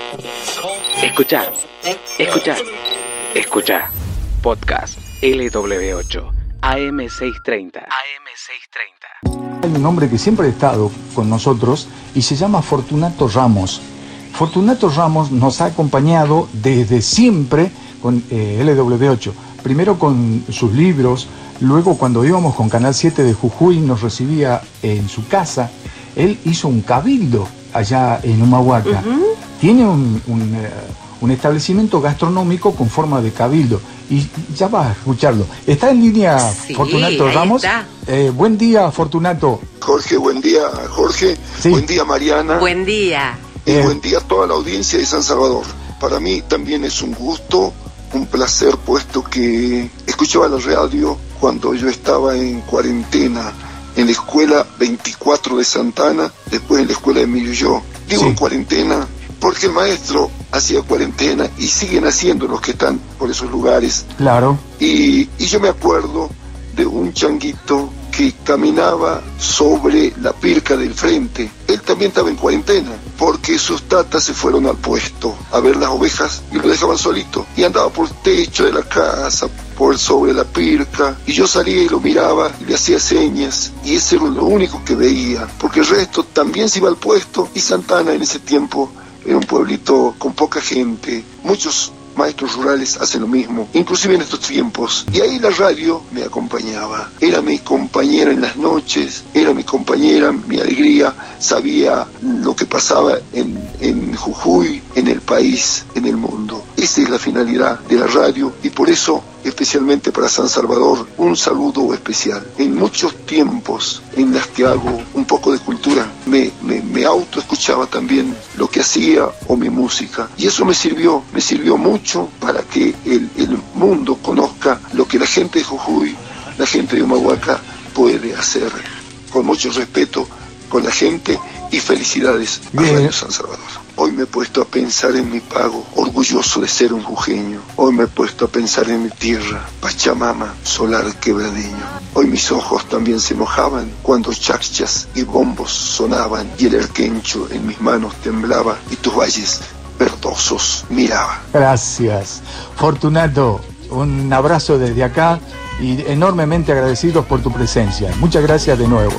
Escucha. Podcast LW8 AM630. Hay un hombre que siempre ha estado con nosotros y se llama Fortunato Ramos. Fortunato Ramos nos ha acompañado desde siempre con LW8. Primero con sus libros, luego cuando íbamos con Canal 7 de Jujuy nos recibía en su casa. Él hizo un cabildo allá en Humahuaca. Tiene un establecimiento gastronómico con forma de cabildo. Y ya vas a escucharlo. ¿Está en línea Fortunato Ramos? Buen día, Fortunato. Jorge, buen día, Jorge. Sí. Buen día, Mariana. Buen día. Y buen día a toda la audiencia de San Salvador. Para mí también es un gusto, un placer, puesto que escuchaba la radio cuando yo estaba en cuarentena en la escuela 24 de Santana, después en la escuela de Millo. Digo en cuarentena porque el maestro hacía cuarentena y siguen haciendo los que están por esos lugares. Claro. Y yo me acuerdo de un changuito que caminaba sobre la pirca del frente. Él también estaba en cuarentena, porque sus tatas se fueron al puesto a ver las ovejas y lo dejaban solito. Y andaba por el techo de la casa, por sobre la pirca, y yo salía y lo miraba y le hacía señas, y eso era lo único que veía, porque el resto también se iba al puesto. Y Santana en ese tiempo era un pueblito con poca gente. Muchos maestros rurales hacen lo mismo, inclusive en estos tiempos. Y ahí la radio me acompañaba. Era mi compañera en las noches, era mi compañera, mi alegría. Sabía lo que pasaba en Jujuy, en el país, en el mundo. Esa es la finalidad de la radio, y por eso, especialmente para San Salvador, un saludo especial. En muchos tiempos en las que hago un poco de cultura, me autoescuchaba también lo que hacía o mi música. Y eso me sirvió mucho para que el mundo conozca lo que la gente de Jujuy, la gente de Humahuaca puede hacer. Con mucho respeto con la gente y felicidades a Radio San Salvador. Hoy me he puesto a pensar en mi pago, orgulloso de ser un jujeño. Hoy me he puesto a pensar en mi tierra, Pachamama, solar quebradeño. Hoy mis ojos también se mojaban cuando chachas y bombos sonaban, y el erquencho en mis manos temblaba, y tus valles verdosos miraba. Gracias, Fortunato. Un abrazo desde acá y enormemente agradecidos por tu presencia. Muchas gracias de nuevo.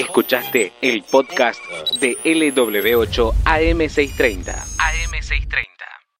Escuchaste el podcast de LW8 AM630.